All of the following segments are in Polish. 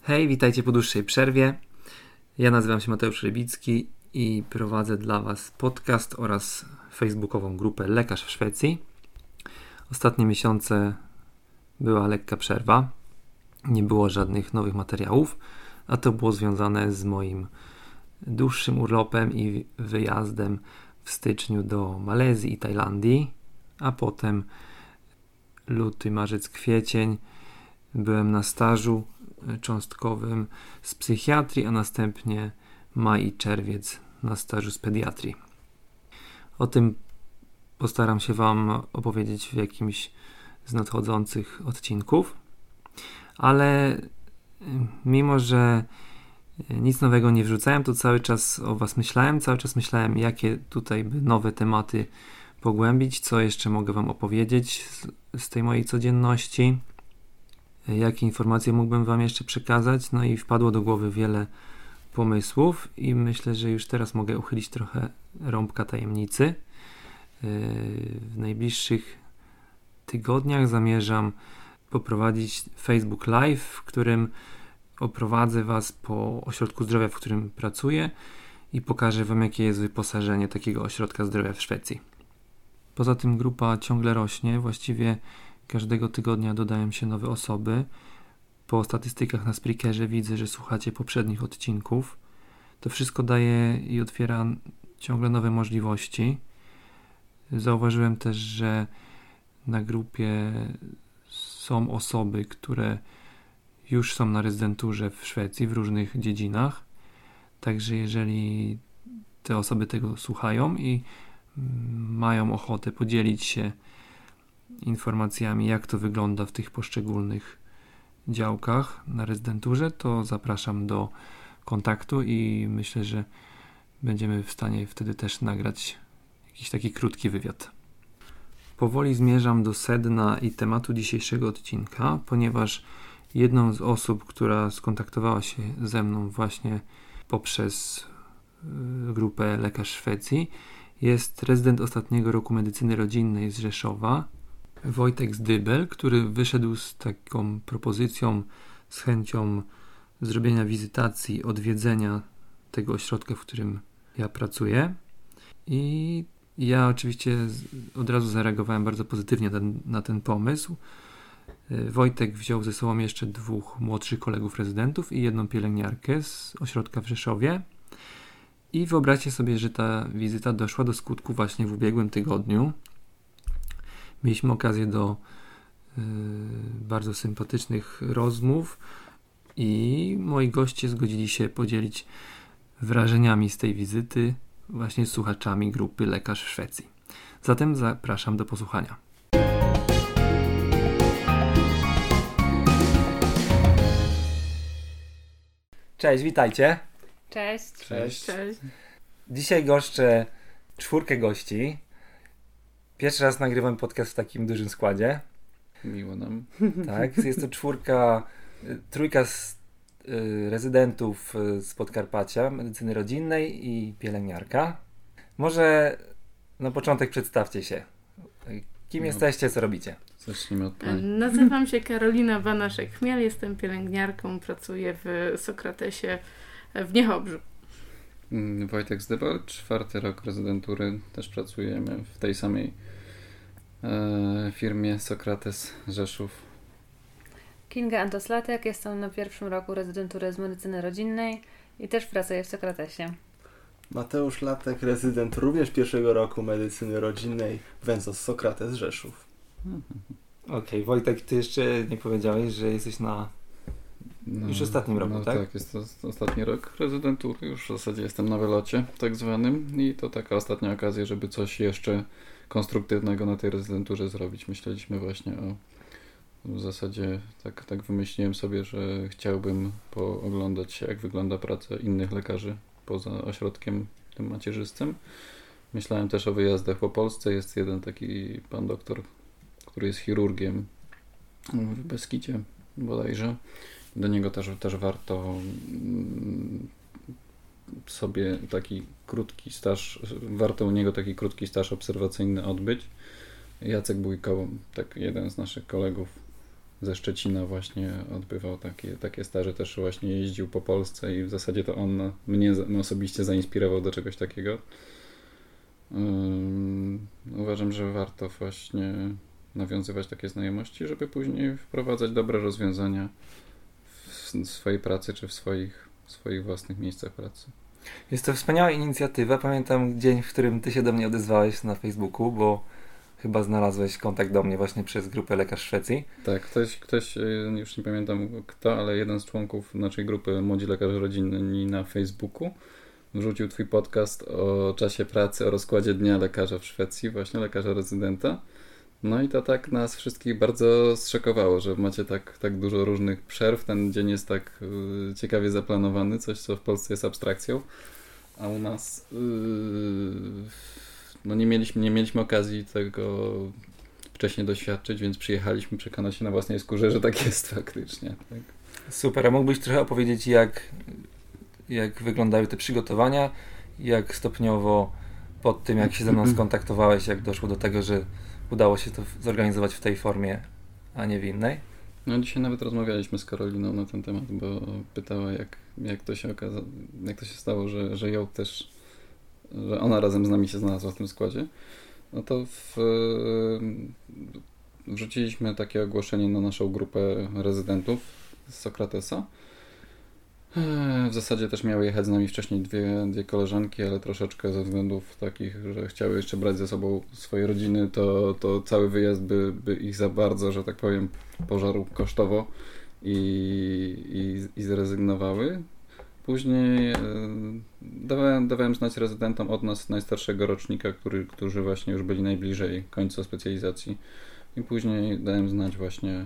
Hej, witajcie po dłuższej przerwie. Ja nazywam się Mateusz Rybicki i prowadzę dla Was podcast oraz facebookową grupę Lekarz w Szwecji. Ostatnie miesiące była lekka przerwa. Nie było żadnych nowych materiałów, a to było związane z moim dłuższym urlopem i wyjazdem w styczniu do Malezji i Tajlandii, a potem luty, marzec, kwiecień byłem na stażu cząstkowym z psychiatrii, a następnie maj i czerwiec na stażu z pediatrii. O tym postaram się Wam opowiedzieć w jakimś z nadchodzących odcinków, ale mimo że nic nowego nie wrzucałem, to cały czas o Was myślałem, jakie tutaj by nowe tematy pogłębić, co jeszcze mogę Wam opowiedzieć z tej mojej codzienności, jakie informacje mógłbym Wam jeszcze przekazać. No i wpadło do głowy wiele pomysłów i myślę, że już teraz mogę uchylić trochę rąbka tajemnicy. W najbliższych tygodniach zamierzam poprowadzić Facebook Live, w którym oprowadzę Was po ośrodku zdrowia, w którym pracuję i pokażę Wam, jakie jest wyposażenie takiego ośrodka zdrowia w Szwecji. Poza tym grupa ciągle rośnie, właściwie każdego tygodnia dodają się nowe osoby. Po statystykach na Spreakerze widzę, że słuchacie poprzednich odcinków. To wszystko daje i otwiera ciągle nowe możliwości. Zauważyłem też, że na grupie są osoby, które już są na rezydenturze w Szwecji w różnych dziedzinach. Także jeżeli te osoby tego słuchają i mają ochotę podzielić się informacjami, jak to wygląda w tych poszczególnych działkach na rezydenturze, to zapraszam do kontaktu i myślę, że będziemy w stanie wtedy też nagrać jakiś taki krótki wywiad. Powoli zmierzam do sedna i tematu dzisiejszego odcinka, ponieważ jedną z osób, która skontaktowała się ze mną właśnie poprzez grupę Lekarz Szwecji, jest rezydent ostatniego roku medycyny rodzinnej z Rzeszowa, Wojtek Zdybel, który wyszedł z taką propozycją, z chęcią zrobienia wizytacji, odwiedzenia tego ośrodka, w którym ja pracuję. I ja oczywiście od razu zareagowałem bardzo pozytywnie na ten pomysł. Wojtek wziął ze sobą jeszcze 2 młodszych kolegów rezydentów i 1 pielęgniarkę z ośrodka w Rzeszowie. I wyobraźcie sobie, że ta wizyta doszła do skutku właśnie w ubiegłym tygodniu. Mieliśmy okazję do bardzo sympatycznych rozmów i moi goście zgodzili się podzielić wrażeniami z tej wizyty właśnie z słuchaczami grupy Lekarz w Szwecji. Zatem zapraszam do posłuchania. Cześć, witajcie. Cześć. Cześć. Dzisiaj goszczę 4 gości. Pierwszy raz nagrywam podcast w takim dużym składzie. Miło nam. Tak, jest to 3 rezydentów z Podkarpacia, medycyny rodzinnej i pielęgniarka. Może na początek przedstawcie się. Kim jesteście, co robicie? Zacznijmy od pani. Nazywam się Karolina Banaszek-Chmiel, jestem pielęgniarką, pracuję w Sokratesie w Niechobrzu. Wojtek Zdybel, 4. rok rezydentury, też pracujemy w tej samej firmie Sokrates Rzeszów. Kinga Antoslatek, jestem na 1. roku rezydentury z medycyny rodzinnej i też pracuję w Sokratesie. Mateusz Latek, rezydent również 1. roku medycyny rodzinnej, Węzos Sokrates Rzeszów. Okej, Wojtek, ty jeszcze nie powiedziałeś, że jesteś już ostatnim roku, tak? Tak, jest to ostatni rok rezydentury, już w zasadzie jestem na wylocie tak zwanym i to taka ostatnia okazja, żeby coś jeszcze konstruktywnego na tej rezydenturze zrobić. Myśleliśmy właśnie w zasadzie tak wymyśliłem sobie, że chciałbym pooglądać, jak wygląda praca innych lekarzy poza ośrodkiem tym macierzystym. Myślałem też o wyjazdach po Polsce. Jest jeden taki pan doktor, który jest chirurgiem w Beskidzie bodajże. Do niego też warto sobie taki krótki staż, warto u niego taki krótki staż obserwacyjny odbyć. Jacek Bójko, tak jeden z naszych kolegów, ze Szczecina właśnie odbywał takie staże, też właśnie jeździł po Polsce i w zasadzie to on mnie osobiście zainspirował do czegoś takiego. Uważam, że warto właśnie nawiązywać takie znajomości, żeby później wprowadzać dobre rozwiązania w swojej pracy czy w swoich własnych miejscach pracy. Jest to wspaniała inicjatywa. Pamiętam dzień, w którym ty się do mnie odezwałeś na Facebooku, bo chyba znalazłeś kontakt do mnie właśnie przez grupę Lekarz Szwecji. Tak, ktoś, już nie pamiętam kto, ale jeden z członków naszej grupy Młodzi Lekarze Rodzinni na Facebooku wrzucił twój podcast o czasie pracy, o rozkładzie dnia lekarza w Szwecji, właśnie lekarza rezydenta. No i to tak nas wszystkich bardzo zszokowało, że macie tak dużo różnych przerw, ten dzień jest tak ciekawie zaplanowany, coś co w Polsce jest abstrakcją, a u nas no nie mieliśmy okazji tego wcześniej doświadczyć, więc przyjechaliśmy przekonać się na własnej skórze, że tak jest faktycznie. Tak. Super, a mógłbyś trochę opowiedzieć, jak wyglądały te przygotowania, jak stopniowo po tym, jak się ze mną skontaktowałeś, jak doszło do tego, że udało się to zorganizować w tej formie, a nie w innej? No dzisiaj nawet rozmawialiśmy z Karoliną na ten temat, bo pytała, jak to się stało, że ją też, że ona razem z nami się znalazła w tym składzie. No to wrzuciliśmy takie ogłoszenie na naszą grupę rezydentów z Sokratesa. W zasadzie też miały jechać z nami wcześniej dwie koleżanki, ale troszeczkę ze względów takich, że chciały jeszcze brać ze sobą swoje rodziny, to cały wyjazd by ich za bardzo, że tak powiem, pożarł kosztowo i zrezygnowały. Później dawałem znać rezydentom od nas najstarszego rocznika, którzy właśnie już byli najbliżej końca specjalizacji. I później dałem znać właśnie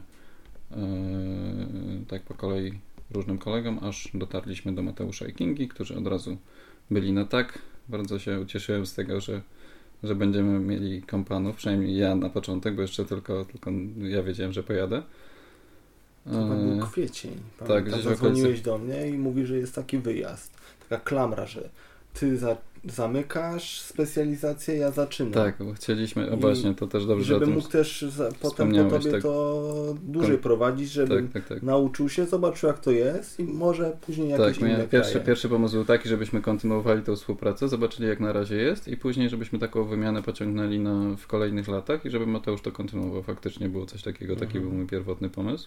tak po kolei różnym kolegom, aż dotarliśmy do Mateusza i Kingi, którzy od razu byli na tak. Bardzo się ucieszyłem z tego, że będziemy mieli kompanów, przynajmniej ja na początek, bo jeszcze tylko ja wiedziałem, że pojadę. To był kwiecień. Tak, gdzieś zadzwoniłeś do mnie i mówi, że jest taki wyjazd. Taka klamra, że ty zamykasz specjalizację, ja zaczynam. Tak, bo chcieliśmy, właśnie to też dobrze, żeby mógł też potem po tobie to dłużej prowadzić, żeby nauczył się, zobaczył jak to jest i może później jakieś inne pierwszy pomysł był taki, żebyśmy kontynuowali tę współpracę, zobaczyli jak na razie jest i później żebyśmy taką wymianę pociągnęli w kolejnych latach i żeby Mateusz to kontynuował. Faktycznie było coś takiego, taki był mój pierwotny pomysł.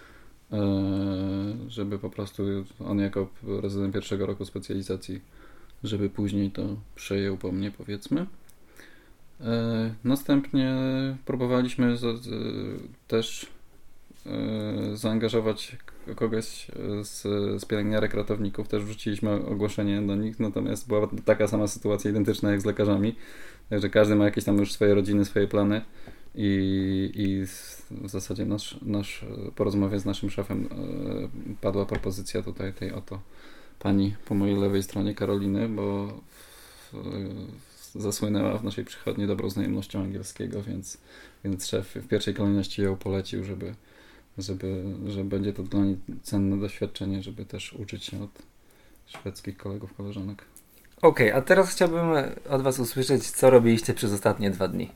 Żeby po prostu on jako rezydent pierwszego roku specjalizacji, żeby później to przejął po mnie, powiedzmy. Następnie próbowaliśmy też zaangażować kogoś z pielęgniarek, ratowników, też wrzuciliśmy ogłoszenie do nich, natomiast była taka sama sytuacja identyczna jak z lekarzami, także każdy ma jakieś tam już swoje rodziny, swoje plany i w zasadzie po rozmowie z naszym szefem padła propozycja tutaj tej oto pani po mojej lewej stronie, Karoliny, bo zasłynęła w naszej przychodni dobrą znajomością angielskiego, więc szef w pierwszej kolejności ją polecił, że będzie to dla niej cenne doświadczenie, żeby też uczyć się od szwedzkich kolegów, koleżanek. Okej, a teraz chciałbym od was usłyszeć, co robiliście przez ostatnie 2 dni.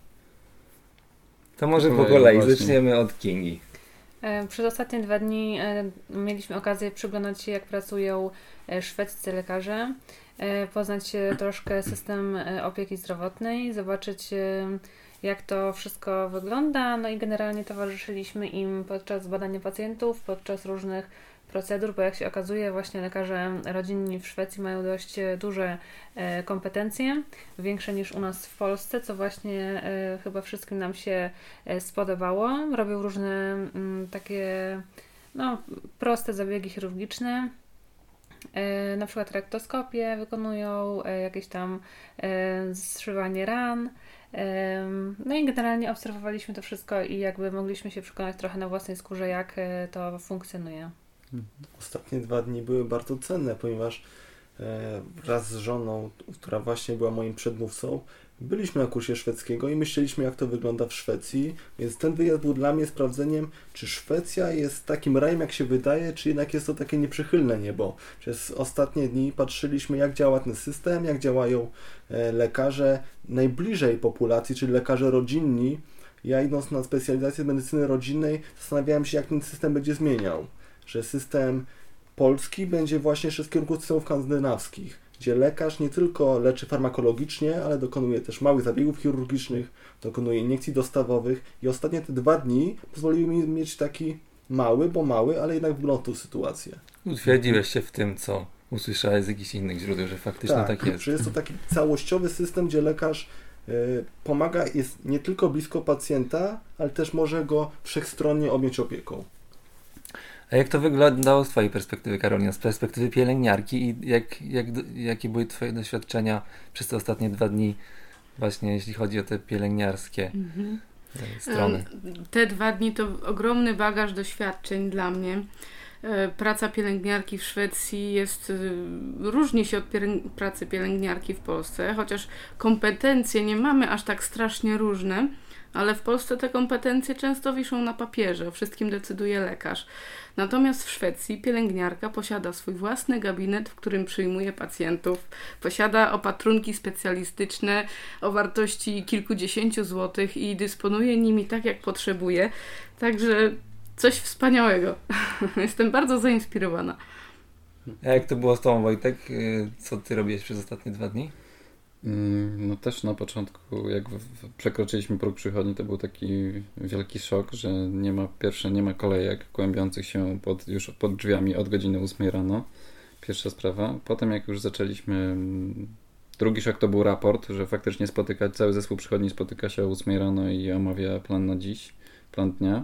To może po kolei, zaczniemy od Kingi. Przez ostatnie 2 dni mieliśmy okazję przyglądać się, jak pracują szwedzcy lekarze, poznać troszkę system opieki zdrowotnej, zobaczyć jak to wszystko wygląda, no i generalnie towarzyszyliśmy im podczas badania pacjentów, podczas różnych procedur, bo jak się okazuje, właśnie lekarze rodzinni w Szwecji mają dość duże kompetencje, większe niż u nas w Polsce, co właśnie chyba wszystkim nam się spodobało. Robią różne takie proste zabiegi chirurgiczne, na przykład rektoskopię wykonują, jakieś tam zszywanie ran. No i generalnie obserwowaliśmy to wszystko i jakby mogliśmy się przekonać trochę na własnej skórze, jak to funkcjonuje. Ostatnie 2 dni były bardzo cenne, ponieważ wraz z żoną, która właśnie była moim przedmówcą, byliśmy na kursie szwedzkiego i myśleliśmy, jak to wygląda w Szwecji, więc ten wyjazd był dla mnie sprawdzeniem, czy Szwecja jest takim rajem, jak się wydaje, czy jednak jest to takie nieprzychylne niebo. Przez ostatnie dni patrzyliśmy, jak działa ten system, jak działają lekarze najbliżej populacji, czyli lekarze rodzinni, ja idąc na specjalizację medycyny rodzinnej zastanawiałem się, jak ten system będzie zmieniał. Że system polski będzie właśnie szedł w kierunku systemów skandynawskich, gdzie lekarz nie tylko leczy farmakologicznie, ale dokonuje też małych zabiegów chirurgicznych, dokonuje iniekcji dostawowych i ostatnie te 2 dni pozwoliły mi mieć taki mały, ale jednak wgląd w sytuację. Utwierdziłeś się w tym, co usłyszałeś z jakichś innych źródeł, że faktycznie tak jest. Że jest to taki całościowy system, gdzie lekarz pomaga, jest nie tylko blisko pacjenta, ale też może go wszechstronnie objąć opieką. A jak to wyglądało z Twojej perspektywy, Karolina, z perspektywy pielęgniarki i jakie były Twoje doświadczenia przez te ostatnie 2 dni właśnie jeśli chodzi o te pielęgniarskie strony? Te 2 dni to ogromny bagaż doświadczeń dla mnie. Praca pielęgniarki w Szwecji różni się od pracy pielęgniarki w Polsce, chociaż kompetencje nie mamy aż tak strasznie różne, ale w Polsce te kompetencje często wiszą na papierze, o wszystkim decyduje lekarz. Natomiast w Szwecji pielęgniarka posiada swój własny gabinet, w którym przyjmuje pacjentów, posiada opatrunki specjalistyczne o wartości kilkudziesięciu złotych i dysponuje nimi tak, jak potrzebuje. Także coś wspaniałego. Jestem bardzo zainspirowana. A jak to było z Tobą, Wojtek? Co Ty robiłeś przez ostatnie 2 dni? No też na początku, jak przekroczyliśmy próg przychodni, to był taki wielki szok, że nie ma kolejek kłębiących się już pod drzwiami od godziny 8 rano. Pierwsza sprawa. Potem jak już zaczęliśmy, drugi szok to był raport, że faktycznie cały zespół przychodni spotyka się o 8 rano i omawia plan na dziś, plan dnia.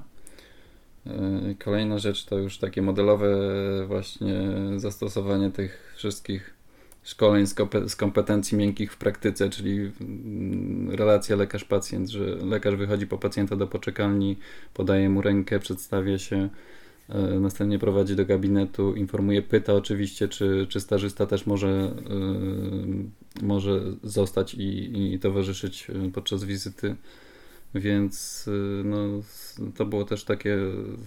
Kolejna rzecz to już takie modelowe właśnie zastosowanie tych wszystkich szkoleń z kompetencji miękkich w praktyce, czyli relacja lekarz-pacjent, że lekarz wychodzi po pacjenta do poczekalni, podaje mu rękę, przedstawia się, następnie prowadzi do gabinetu, informuje, pyta oczywiście, czy stażysta też może zostać i towarzyszyć podczas wizyty. Więc no, to było też takie,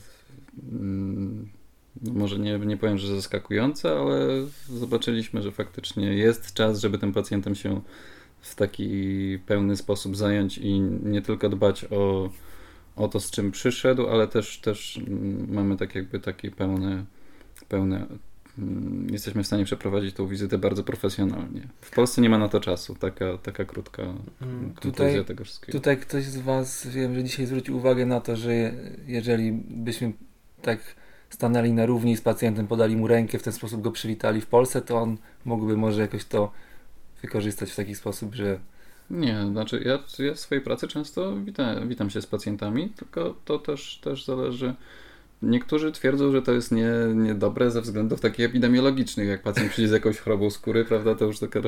może nie powiem, że zaskakujące, ale zobaczyliśmy, że faktycznie jest czas, żeby tym pacjentem się w taki pełny sposób zająć i nie tylko dbać o to, z czym przyszedł, ale też mamy tak jakby takie pełne jesteśmy w stanie przeprowadzić tą wizytę bardzo profesjonalnie. W Polsce nie ma na to czasu, taka krótka konkluzja tego wszystkiego. Tutaj ktoś z Was, wiem, że dzisiaj zwrócił uwagę na to, że jeżeli byśmy tak stanęli na równi z pacjentem, podali mu rękę, w ten sposób go przywitali w Polsce, to on mógłby może jakoś to wykorzystać w taki sposób, że... Nie, znaczy ja w swojej pracy często witam się z pacjentami, tylko to też zależy. Niektórzy twierdzą, że to jest niedobre ze względów takich epidemiologicznych, jak pacjent przyjdzie z jakąś chorobą skóry, prawda, to już taka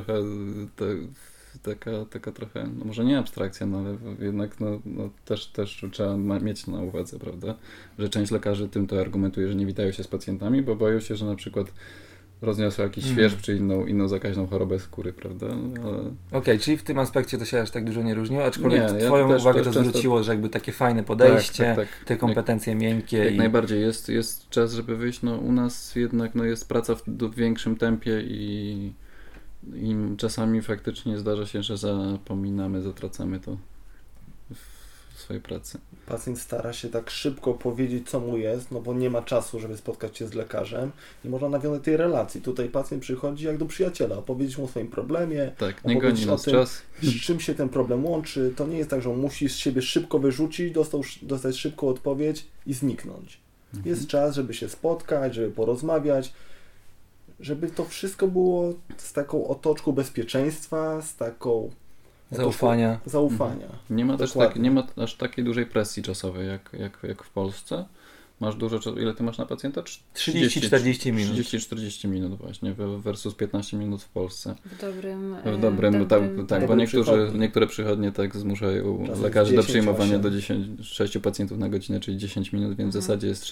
trochę, no może nie abstrakcja, no ale jednak też trzeba mieć na uwadze, prawda, że część lekarzy tym to argumentuje, że nie witają się z pacjentami, bo boją się, że na przykład rozniosła jakiś świerzch czy inną zakaźną chorobę skóry, prawda? Okej, czyli w tym aspekcie to się aż tak dużo nie różniło, aczkolwiek Twoją uwagę to zwróciło, że jakby takie fajne podejście, tak. Te kompetencje miękkie. Jak najbardziej jest czas, żeby wyjść, u nas jednak jest praca w większym tempie i czasami faktycznie zdarza się, że zatracamy to w swojej pracy. Pacjent stara się tak szybko powiedzieć, co mu jest, no bo nie ma czasu, żeby spotkać się z lekarzem i można nawiązać tej relacji. Tutaj pacjent przychodzi jak do przyjaciela, opowiedzieć mu o swoim problemie, tak, nie goni nas czas. Z czym się ten problem łączy. To nie jest tak, że on musi z siebie szybko wyrzucić, dostać szybką odpowiedź i zniknąć. Jest czas, żeby się spotkać, żeby porozmawiać, żeby to wszystko było z taką otoczką bezpieczeństwa, z taką zaufania. Nie ma aż takiej dużej presji czasowej jak w Polsce. Masz ile ty masz na pacjenta? 30-40 minut. 30-40 minut właśnie versus 15 minut w Polsce. W dobrym tak, bo niektóre przychodnie tak zmuszają lekarzy do przyjmowania do 6 pacjentów na godzinę, czyli 10 minut, więc w zasadzie jest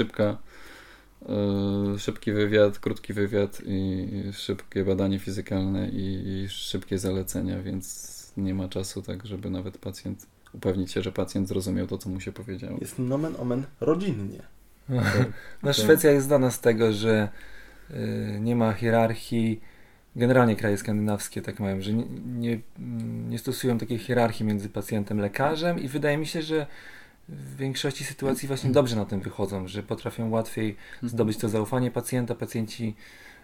szybki wywiad, krótki wywiad i szybkie badanie fizykalne i szybkie zalecenia, więc nie ma czasu tak, żeby nawet upewnić się, że pacjent zrozumiał to, co mu się powiedziało. Jest nomen omen rodzinnie. No, Szwecja jest znana z tego, że nie ma hierarchii. Generalnie kraje skandynawskie tak mają, że nie stosują takiej hierarchii między pacjentem a lekarzem i wydaje mi się, że w większości sytuacji właśnie dobrze na tym wychodzą, że potrafią łatwiej zdobyć to zaufanie pacjenta. Pacjenci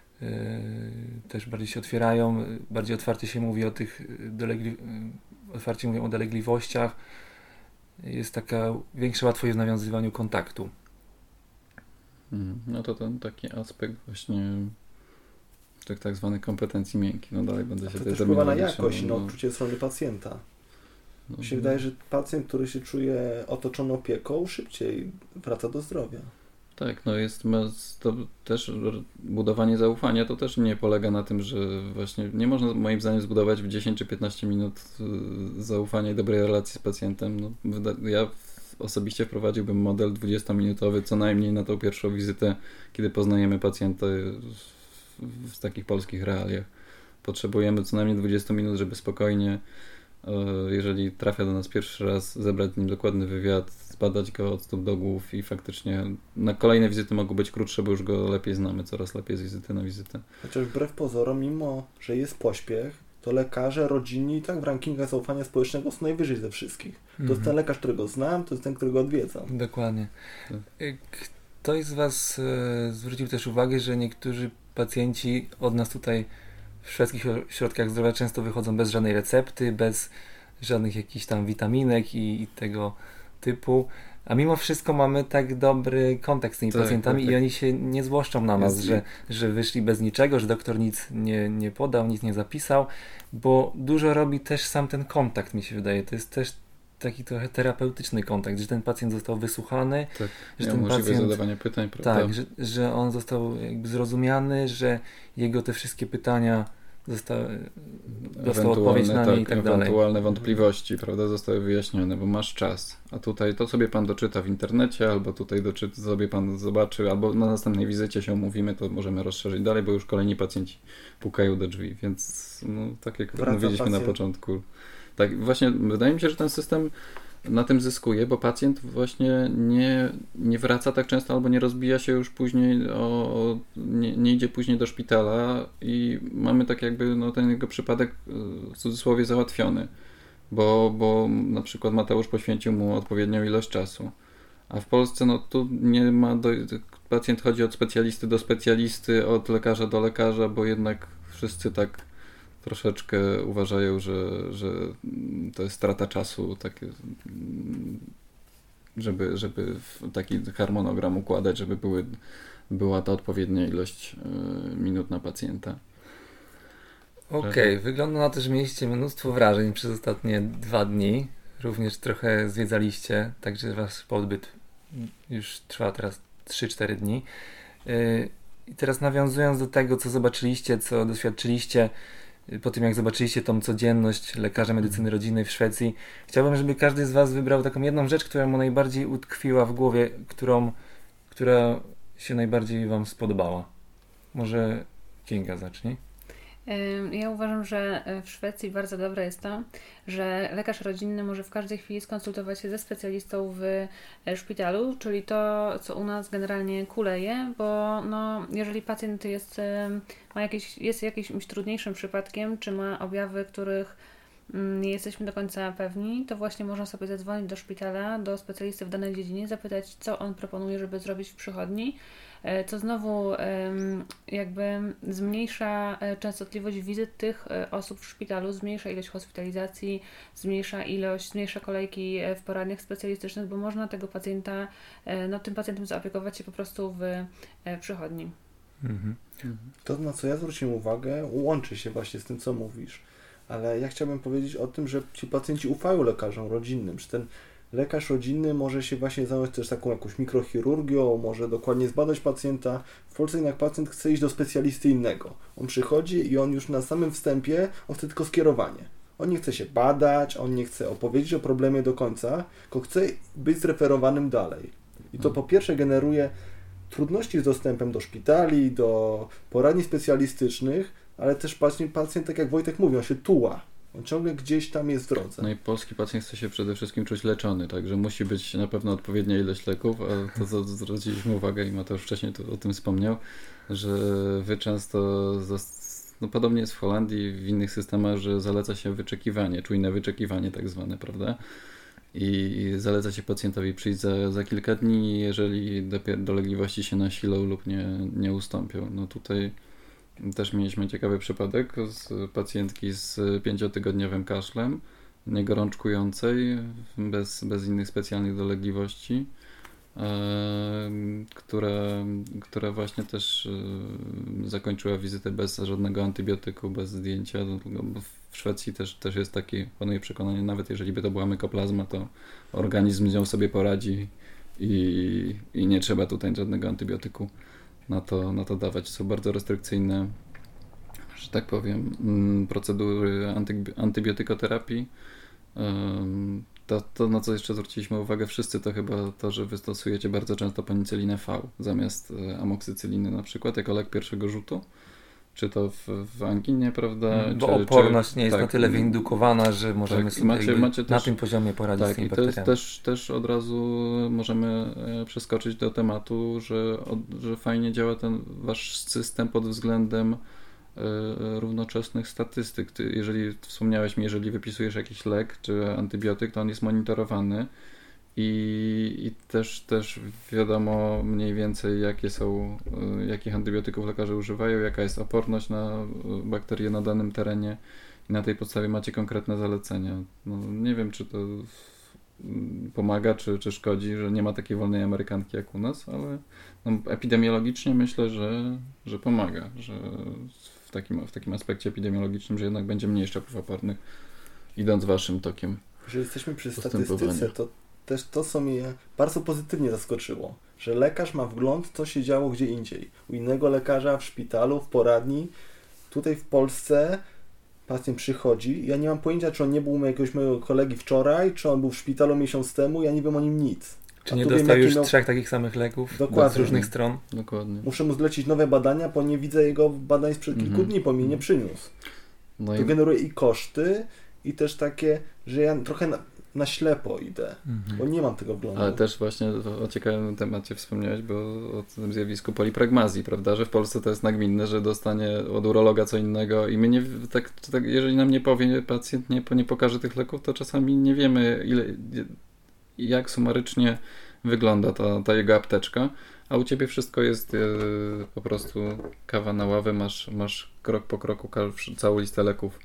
też bardziej się otwierają, bardziej otwarcie się mówi o tych otwarcie mówią o dolegliwościach. Jest taka większa łatwość w nawiązywaniu kontaktu. No to ten taki aspekt właśnie tych tak zwanych kompetencji miękkich. No dalej będę się to też wpływa na jakość, na odczucie strony pacjenta. Mi się wydaje, że pacjent, który się czuje otoczony opieką, szybciej wraca do zdrowia. Tak, no to też budowanie zaufania to też nie polega na tym, że właśnie nie można moim zdaniem zbudować w 10 czy 15 minut zaufania i dobrej relacji z pacjentem. No, ja osobiście wprowadziłbym model 20-minutowy co najmniej na tą pierwszą wizytę, kiedy poznajemy pacjenta w takich polskich realiach. Potrzebujemy co najmniej 20 minut, żeby spokojnie, jeżeli trafia do nas pierwszy raz, zebrać z nim dokładny wywiad, zbadać go od stóp do głów i faktycznie na kolejne wizyty mogą być krótsze, bo już go lepiej znamy, coraz lepiej z wizyty na wizytę. Chociaż wbrew pozorom, mimo że jest pośpiech, to lekarze rodzinni i tak w rankingach zaufania społecznego są najwyżej ze wszystkich. To jest ten lekarz, którego znam, to jest ten, którego odwiedzam. Dokładnie. Ktoś z Was zwrócił też uwagę, że niektórzy pacjenci od nas tutaj w szwedzkich ośrodkach zdrowia często wychodzą bez żadnej recepty, bez żadnych jakichś tam witaminek i tego typu, a mimo wszystko mamy tak dobry kontakt z tymi pacjentami i oni się nie złoszczą na nas, że wyszli bez niczego, że doktor nic nie podał, nic nie zapisał, bo dużo robi też sam ten kontakt, mi się wydaje. To jest też taki trochę terapeutyczny kontakt, że ten pacjent został wysłuchany, że ten pacjent zadawania pytań, prawda? Tak, że on został jakby zrozumiany, że jego te wszystkie pytania dostał odpowiedź na nie i tak dalej. Ewentualne wątpliwości, prawda, zostały wyjaśnione, bo masz czas. A tutaj to sobie pan doczyta w internecie, albo tutaj sobie pan zobaczy, albo na następnej wizycie się umówimy, to możemy rozszerzyć dalej, bo już kolejni pacjenci pukają do drzwi, więc no, tak jak mówiliśmy na początku. Tak, właśnie wydaje mi się, że ten system na tym zyskuje, bo pacjent właśnie nie wraca tak często albo nie rozbija się już później, nie idzie później do szpitala i mamy tak jakby ten jego przypadek w cudzysłowie załatwiony, bo na przykład Mateusz poświęcił mu odpowiednią ilość czasu, a w Polsce tu nie ma, pacjent chodzi od specjalisty do specjalisty, od lekarza do lekarza, bo jednak wszyscy tak troszeczkę uważają, że to jest strata czasu, żeby w taki harmonogram układać, żeby była ta odpowiednia ilość minut na pacjenta. Okej, wygląda na to, że mieliście mnóstwo wrażeń przez ostatnie 2 dni. Również trochę zwiedzaliście, także wasz pobyt już trwa teraz 3-4 dni. I teraz nawiązując do tego, co zobaczyliście, co doświadczyliście, po tym jak zobaczyliście tą codzienność lekarza medycyny rodzinnej w Szwecji, chciałbym, żeby każdy z Was wybrał taką jedną rzecz, która mu najbardziej utkwiła w głowie, która się najbardziej Wam spodobała. Może Kinga zacznij. Ja uważam, że w Szwecji bardzo dobre jest to, że lekarz rodzinny może w każdej chwili skonsultować się ze specjalistą w szpitalu, czyli to, co u nas generalnie kuleje, bo jeżeli pacjent jest jakimś trudniejszym przypadkiem, czy ma objawy, których nie jesteśmy do końca pewni, to właśnie można sobie zadzwonić do szpitala, do specjalisty w danej dziedzinie, zapytać, co on proponuje, żeby zrobić w przychodni, co znowu jakby zmniejsza częstotliwość wizyt tych osób w szpitalu, zmniejsza ilość hospitalizacji, zmniejsza kolejki w poradniach specjalistycznych, bo można tego pacjenta, tym pacjentem zaopiekować się po prostu w przychodni. To, na co ja zwróciłem uwagę, łączy się właśnie z tym, co mówisz. Ale ja chciałbym powiedzieć o tym, że ci pacjenci ufają lekarzom rodzinnym, że ten lekarz rodzinny może się właśnie zająć też taką jakąś mikrochirurgią, może dokładnie zbadać pacjenta. W Polsce jednak pacjent chce iść do specjalisty innego. On przychodzi i on już na samym wstępie, on chce tylko skierowanie. On nie chce się badać, on nie chce opowiedzieć o problemie do końca, tylko chce być zreferowanym dalej. I to po pierwsze generuje trudności z dostępem do szpitali, do poradni specjalistycznych, ale też pacjent, tak jak Wojtek mówił, on się tuła. On ciągle gdzieś tam jest w drodze. No i polski pacjent chce się przede wszystkim czuć leczony, także musi być na pewno odpowiednia ilość leków, a to co zwróciliśmy uwagę i Mateusz wcześniej o tym wspomniał, że wy często, podobnie jest w Holandii, w innych systemach, że zaleca się wyczekiwanie, czujne wyczekiwanie tak zwane, prawda? i zaleca się pacjentowi przyjść za kilka dni, jeżeli dolegliwości się nasilą lub nie ustąpią. No tutaj też mieliśmy ciekawy przypadek z pacjentki z 5-tygodniowym kaszlem, niegorączkującej, bez innych specjalnych dolegliwości, która właśnie też zakończyła wizytę bez żadnego antybiotyku, bez zdjęcia. W Szwecji też jest takie, panuje przekonanie, nawet jeżeli by to była mykoplazma, to organizm z nią sobie poradzi i nie trzeba tutaj żadnego antybiotyku na to dawać. Są bardzo restrykcyjne, że tak powiem, procedury antybiotykoterapii. To, na co jeszcze zwróciliśmy uwagę wszyscy, to chyba to, że wy stosujecie bardzo często penicylinę V zamiast amoksycyliny na przykład, jako lek pierwszego rzutu. Czy to w anginie, prawda? Bo oporność nie jest na tyle wyindukowana, że możemy sobie macie też, na tym poziomie poradzić z tymi bakteriami. I też od razu możemy przeskoczyć do tematu, że fajnie działa ten wasz system pod względem równoczesnych statystyk. Jeżeli wspomniałeś mi, jeżeli wypisujesz jakiś lek czy antybiotyk, to on jest monitorowany i też wiadomo mniej więcej jakich antybiotyków lekarze używają, jaka jest oporność na bakterie na danym terenie i na tej podstawie macie konkretne zalecenia. No, nie wiem, czy to pomaga, czy szkodzi, że nie ma takiej wolnej amerykanki jak u nas, ale epidemiologicznie myślę, że pomaga, że w takim aspekcie epidemiologicznym, że jednak będzie mniej szczepów opornych, idąc waszym tokiem. Jeżeli jesteśmy przy statystyce, to też to, co mnie bardzo pozytywnie zaskoczyło, że lekarz ma wgląd, co się działo gdzie indziej. U innego lekarza, w szpitalu, w poradni. Tutaj w Polsce pacjent przychodzi, ja nie mam pojęcia, czy on nie był u jakiegoś mojego kolegi wczoraj, czy on był w szpitalu miesiąc temu, ja nie wiem o nim nic. Czy nie dostał już 3 takich samych leków z różnych stron? Dokładnie. Muszę mu zlecić nowe badania, bo nie widzę jego badań sprzed kilku dni, bo mi nie przyniósł. To generuje i koszty, i też takie, że ja trochę na ślepo idę, bo nie mam tego wglądu. Ale też właśnie o ciekawym temacie wspomniałeś, bo o tym zjawisku polipragmazji, prawda, że w Polsce to jest nagminne, że dostanie od urologa co innego i my nie, tak, jeżeli nam nie powie pacjent, nie pokaże tych leków, to czasami nie wiemy jak sumarycznie wygląda ta jego apteczka, a u ciebie wszystko jest po prostu kawa na ławę, masz krok po kroku całą listę leków,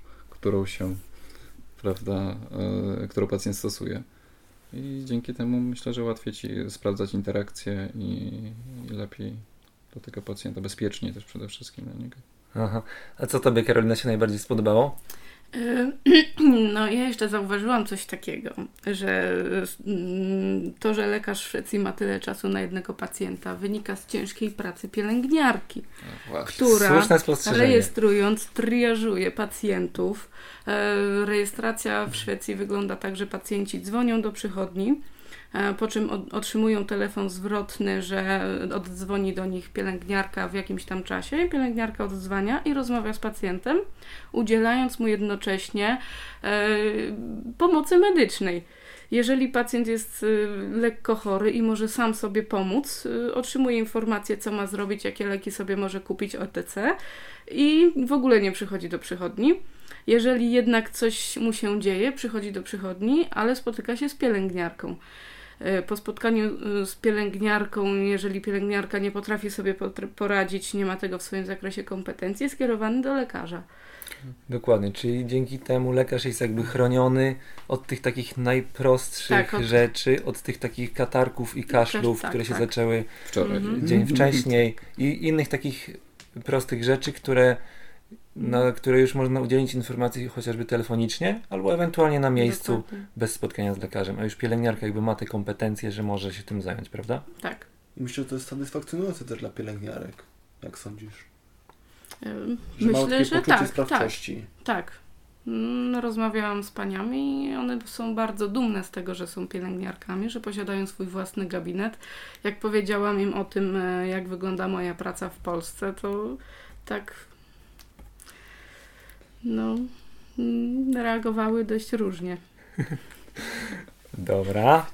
którą pacjent stosuje. I dzięki temu myślę, że łatwiej ci sprawdzać interakcje i lepiej do tego pacjenta, bezpiecznie też przede wszystkim dla niego. Aha. A co tobie, Karolina, się najbardziej spodobało? No ja jeszcze zauważyłam coś takiego, że to, że lekarz w Szwecji ma tyle czasu na jednego pacjenta, wynika z ciężkiej pracy pielęgniarki, która rejestrując, triażuje pacjentów. Rejestracja w Szwecji wygląda tak, że pacjenci dzwonią do przychodni, po czym otrzymują telefon zwrotny, że oddzwoni do nich pielęgniarka w jakimś tam czasie. Pielęgniarka odzwania i rozmawia z pacjentem, udzielając mu jednocześnie pomocy medycznej. Jeżeli pacjent jest lekko chory i może sam sobie pomóc, otrzymuje informację, co ma zrobić, jakie leki sobie może kupić, etc. I w ogóle nie przychodzi do przychodni. Jeżeli jednak coś mu się dzieje, przychodzi do przychodni, ale spotyka się z pielęgniarką. Po spotkaniu z pielęgniarką, jeżeli pielęgniarka nie potrafi sobie poradzić, nie ma tego w swoim zakresie kompetencji, jest skierowany do lekarza. Dokładnie, czyli dzięki temu lekarz jest jakby chroniony od tych takich najprostszych rzeczy, od tych takich katarków i kaszlów, które się zaczęły dzień wcześniej i innych takich prostych rzeczy, na które już można udzielić informacji chociażby telefonicznie albo ewentualnie na miejscu bez spotkania z lekarzem, a już pielęgniarka jakby ma te kompetencje, że może się tym zająć, prawda? Tak. I myślę, że to jest satysfakcjonujące też dla pielęgniarek. Jak sądzisz? Myślę, że tak. Sprawczości. Tak. Rozmawiałam z paniami i one są bardzo dumne z tego, że są pielęgniarkami, że posiadają swój własny gabinet. Jak powiedziałam im o tym, jak wygląda moja praca w Polsce, to tak reagowały dość różnie. Dobra.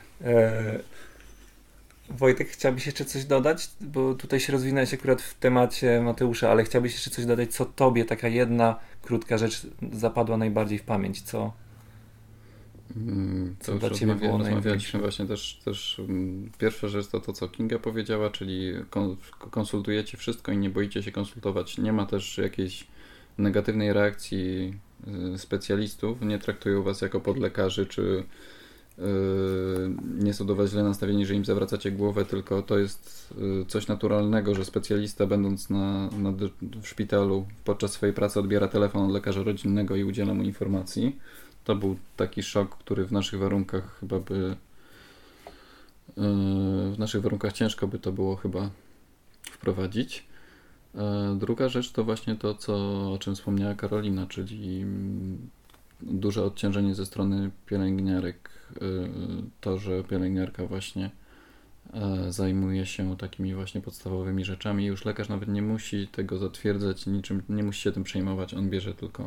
Wojtek, chciałbyś jeszcze coś dodać? Bo tutaj się rozwinąłeś akurat w temacie Mateusza, ale chciałbyś jeszcze coś dodać, co tobie taka jedna krótka rzecz zapadła najbardziej w pamięć? Co? To już rozmawialiśmy właśnie też pierwsza rzecz to co Kinga powiedziała, czyli konsultujecie wszystko i nie boicie się konsultować. Nie ma też jakiejś negatywnej reakcji specjalistów, nie traktują was jako podlekarzy, czy nie są do was źle nastawieni, że im zawracacie głowę, tylko to jest coś naturalnego, że specjalista będąc w szpitalu podczas swojej pracy odbiera telefon od lekarza rodzinnego i udziela mu informacji. To był taki szok, który w naszych warunkach chyba ciężko by to było chyba wprowadzić. Druga rzecz to właśnie to, o czym wspomniała Karolina, czyli duże odciążenie ze strony pielęgniarek. To, że pielęgniarka właśnie zajmuje się takimi właśnie podstawowymi rzeczami. Już lekarz nawet nie musi tego zatwierdzać, niczym nie musi się tym przejmować. On bierze tylko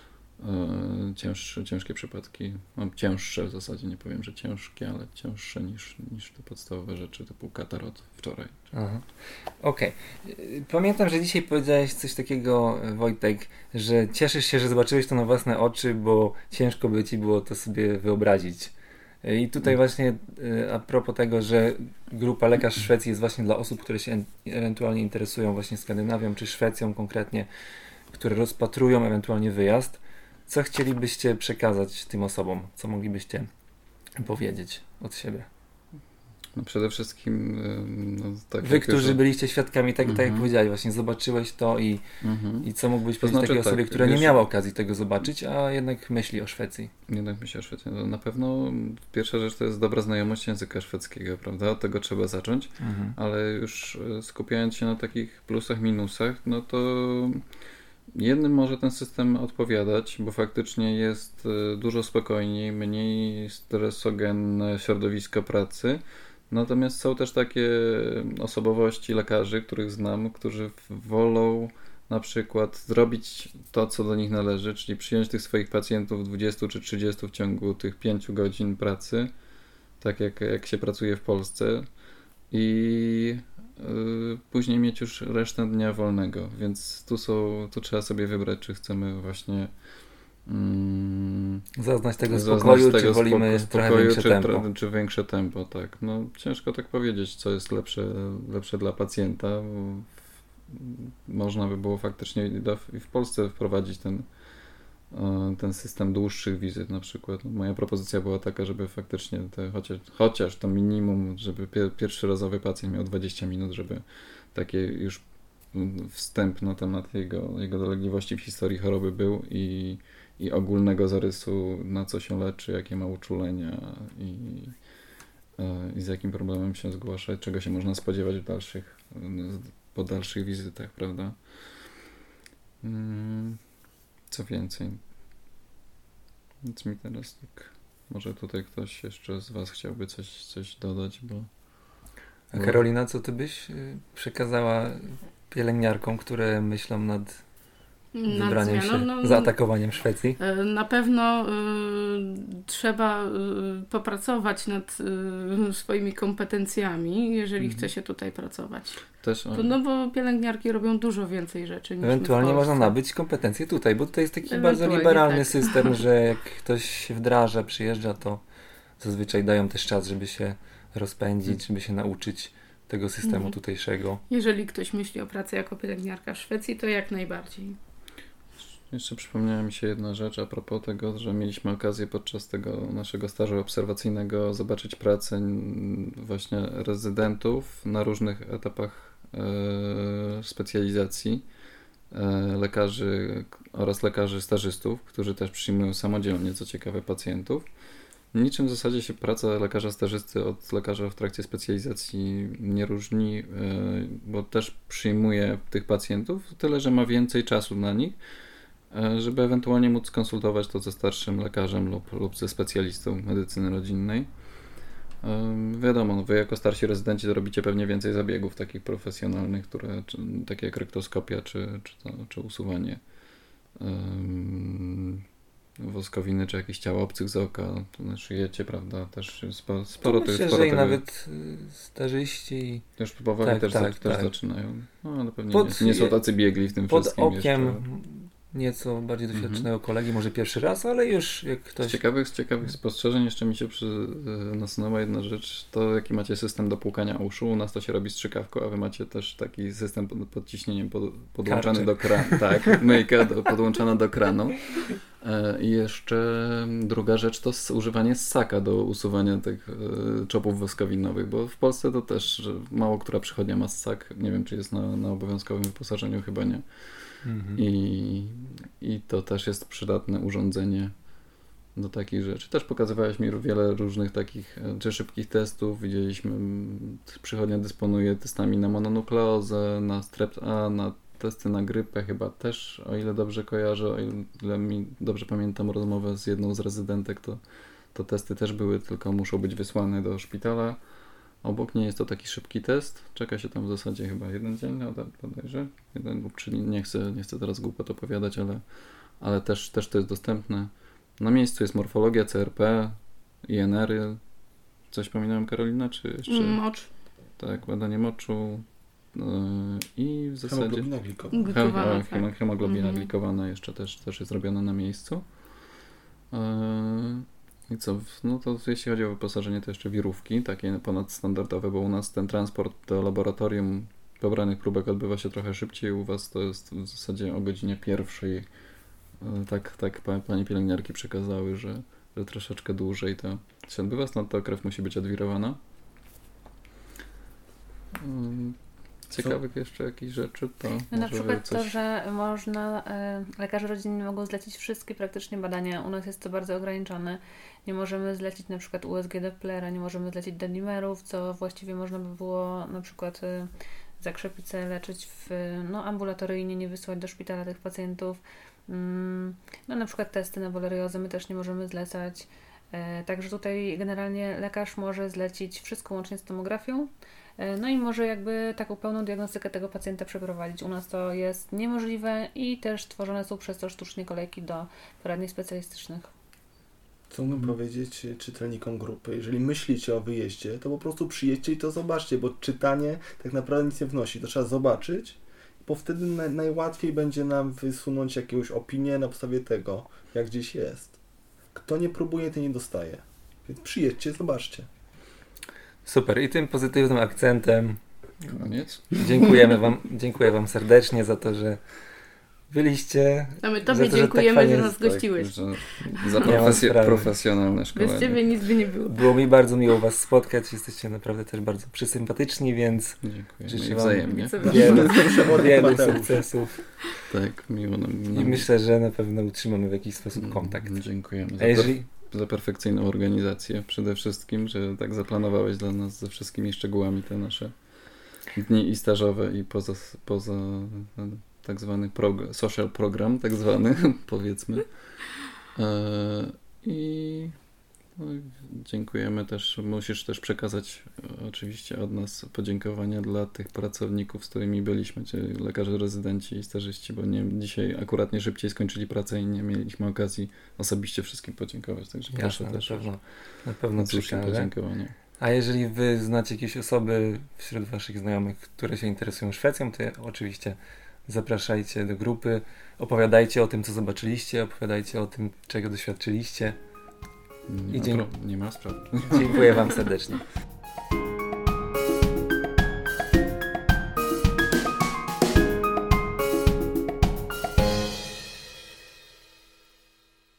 ciężkie przypadki, cięższe w zasadzie, nie powiem, że ciężkie, ale cięższe niż te podstawowe rzeczy typu katar od wczoraj. Okej. Pamiętam, że dzisiaj powiedziałeś coś takiego, Wojtek, że cieszysz się, że zobaczyłeś to na własne oczy, bo ciężko by ci było to sobie wyobrazić. I tutaj właśnie a propos tego, że grupa Lekarz Szwecji jest właśnie dla osób, które się ewentualnie interesują właśnie Skandynawią czy Szwecją konkretnie, które rozpatrują ewentualnie wyjazd. Co chcielibyście przekazać tym osobom? Co moglibyście powiedzieć od siebie? No przede wszystkim Wy, którzy byliście świadkami, tak jak powiedziałeś, właśnie zobaczyłeś to i co mógłbyś powiedzieć takiej osobie, która nie miała okazji tego zobaczyć, a jednak myśli o Szwecji? No, na pewno pierwsza rzecz to jest dobra znajomość języka szwedzkiego, prawda? Od tego trzeba zacząć, ale już skupiając się na takich plusach, minusach, no to jednym może ten system odpowiadać, bo faktycznie jest dużo spokojniej, mniej stresogenne środowisko pracy. Natomiast są też takie osobowości lekarzy, których znam, którzy wolą na przykład zrobić to, co do nich należy, czyli przyjąć tych swoich pacjentów 20 czy 30 w ciągu tych 5 godzin pracy, tak jak się pracuje w Polsce, i później mieć już resztę dnia wolnego, więc tu trzeba sobie wybrać, czy chcemy właśnie zaznać tego spokoju, czy wolimy trochę większe tempo. Czy większe tempo, tak. No ciężko tak powiedzieć, co jest lepsze dla pacjenta. Można by było faktycznie i w Polsce wprowadzić ten system dłuższych wizyt na przykład. Moja propozycja była taka, żeby faktycznie chociaż to minimum, żeby pierwszy razowy pacjent miał 20 minut, żeby takie już wstęp na temat jego dolegliwości w historii choroby był i ogólnego zarysu, na co się leczy, jakie ma uczulenia i z jakim problemem się zgłasza, czego się można spodziewać po dalszych wizytach, prawda? Co więcej? Nic mi teraz tak... Może tutaj ktoś jeszcze z was chciałby coś dodać, bo... A Karolina, co ty byś przekazała pielęgniarkom, które myślą nad wybraniem się, zaatakowaniem Szwecji? Na pewno trzeba popracować nad swoimi kompetencjami, jeżeli chce się tutaj pracować. Bo pielęgniarki robią dużo więcej rzeczy niż ewentualnie można nabyć kompetencje tutaj, bo tutaj jest taki bardzo liberalny system, że jak ktoś się wdraża, przyjeżdża, to zazwyczaj dają też czas, żeby się rozpędzić, żeby się nauczyć tego systemu tutejszego. Jeżeli ktoś myśli o pracy jako pielęgniarka w Szwecji, to jak najbardziej. Jeszcze przypomniała mi się jedna rzecz a propos tego, że mieliśmy okazję podczas tego naszego stażu obserwacyjnego zobaczyć pracę właśnie rezydentów na różnych etapach specjalizacji, lekarzy oraz lekarzy stażystów, którzy też przyjmują samodzielnie, co ciekawe, pacjentów. Niczym w zasadzie się praca lekarza stażysty od lekarza w trakcie specjalizacji nie różni, bo też przyjmuje tych pacjentów, tyle że ma więcej czasu na nich, żeby ewentualnie móc konsultować to ze starszym lekarzem lub ze specjalistą medycyny rodzinnej. Wiadomo, wy jako starsi rezydenci to robicie pewnie więcej zabiegów takich profesjonalnych, takie jak rektoskopia czy usuwanie woskowiny, czy jakieś ciała obcych z oka, to szyjecie, prawda? Też sporo to myślę, że i nawet starzyści już powoli też zaczynają. No ale pewnie nie są tacy biegli w tym pod wszystkim okiem jeszcze. nieco bardziej doświadczonego kolegi, może pierwszy raz, ale już jak ktoś... Z ciekawych spostrzeżeń jeszcze mi się nasunęła jedna rzecz, to jaki macie system do płukania uszu. U nas to się robi strzykawką, a wy macie też taki system pod ciśnieniem podłączany do kranu. Tak, myjka podłączona do kranu. I jeszcze druga rzecz to używanie ssaka do usuwania tych czopów woskowinowych, bo w Polsce to też że mało która przychodnia ma ssak. Nie wiem, czy jest na obowiązkowym wyposażeniu, chyba nie. I to też jest przydatne urządzenie do takich rzeczy. Też pokazywałeś mi wiele różnych takich czy szybkich testów. Widzieliśmy, przychodnia dysponuje testami na mononukleozę, na strep A, na testy na grypę chyba też, o ile dobrze kojarzę, o ile mi dobrze pamiętam rozmowę z jedną z rezydentek, to testy też były, tylko muszą być wysłane do szpitala. Obok nie jest to taki szybki test. Czeka się tam w zasadzie chyba 1 dzień, bodajże. 1 lub 3 dni. Nie chcę teraz głupot opowiadać, ale też to jest dostępne. Na miejscu jest morfologia, CRP, INR-y. Coś pominąłem, Karolina, czy jeszcze? Mocz. Tak, badanie moczu. I w zasadzie... Hemoglobina glikowana. Hemoglobina glikowana jeszcze też jest robiona na miejscu. I co? No to jeśli chodzi o wyposażenie, to jeszcze wirówki, takie ponadstandardowe, bo u nas ten transport do laboratorium pobranych próbek odbywa się trochę szybciej, u was to jest w zasadzie o godzinie 1:00. Tak pani pielęgniarki przekazały, że troszeczkę dłużej to się odbywa, stąd ta krew musi być odwirowana. Ciekawych jeszcze jakichś rzeczy to na przykład to, że można, lekarze rodzinni mogą zlecić wszystkie praktycznie badania. U nas jest to bardzo ograniczone. Nie możemy zlecić na przykład USG Dopplera, nie możemy zlecić denimerów, co właściwie można by było na przykład zakrzepicę leczyć ambulatoryjnie, nie wysłać do szpitala tych pacjentów. No na przykład testy na woleriozę my też nie możemy zlecać. Także tutaj generalnie lekarz może zlecić wszystko łącznie z tomografią. No i może jakby taką pełną diagnostykę tego pacjenta przeprowadzić. U nas to jest niemożliwe i też tworzone są przez to sztucznie kolejki do poradni specjalistycznych. Co mógłbym powiedzieć czytelnikom grupy? Jeżeli myślicie o wyjeździe, to po prostu przyjedźcie i to zobaczcie, bo czytanie tak naprawdę nic nie wnosi. To trzeba zobaczyć, bo wtedy najłatwiej będzie nam wysunąć jakąś opinię na podstawie tego, jak gdzieś jest. Kto nie próbuje, ten nie dostaje. Więc przyjedźcie, zobaczcie. Super. I tym pozytywnym akcentem koniec. Dziękuję wam serdecznie za to, że byliście. A my tobie dziękujemy, że nas gościłeś. Za profesjonalne szkolenie. Bez ciebie nic by nie było. Było mi bardzo miło was spotkać. Jesteście naprawdę też bardzo przysympatyczni, więc życzę wzajemnie. Wielu sukcesów. Tak, miło nam. I myślę, że na pewno utrzymamy w jakiś sposób kontakt. Dziękujemy za perfekcyjną organizację przede wszystkim, że tak zaplanowałeś dla nas ze wszystkimi szczegółami te nasze dni i stażowe i poza tak zwany social program, tak zwany, powiedzmy. I dziękujemy też. Musisz też przekazać oczywiście od nas podziękowania dla tych pracowników, z którymi byliśmy, czyli lekarze rezydenci i stażyści, bo dzisiaj akurat nie szybciej skończyli pracę i nie mieliśmy okazji osobiście wszystkim podziękować. Także proszę też. Na pewno podziękowania. A jeżeli wy znacie jakieś osoby wśród waszych znajomych, które się interesują Szwecją, to oczywiście zapraszajcie do grupy, opowiadajcie o tym, co zobaczyliście, opowiadajcie o tym, czego doświadczyliście. Nie ma sprawy. Dziękuję wam serdecznie.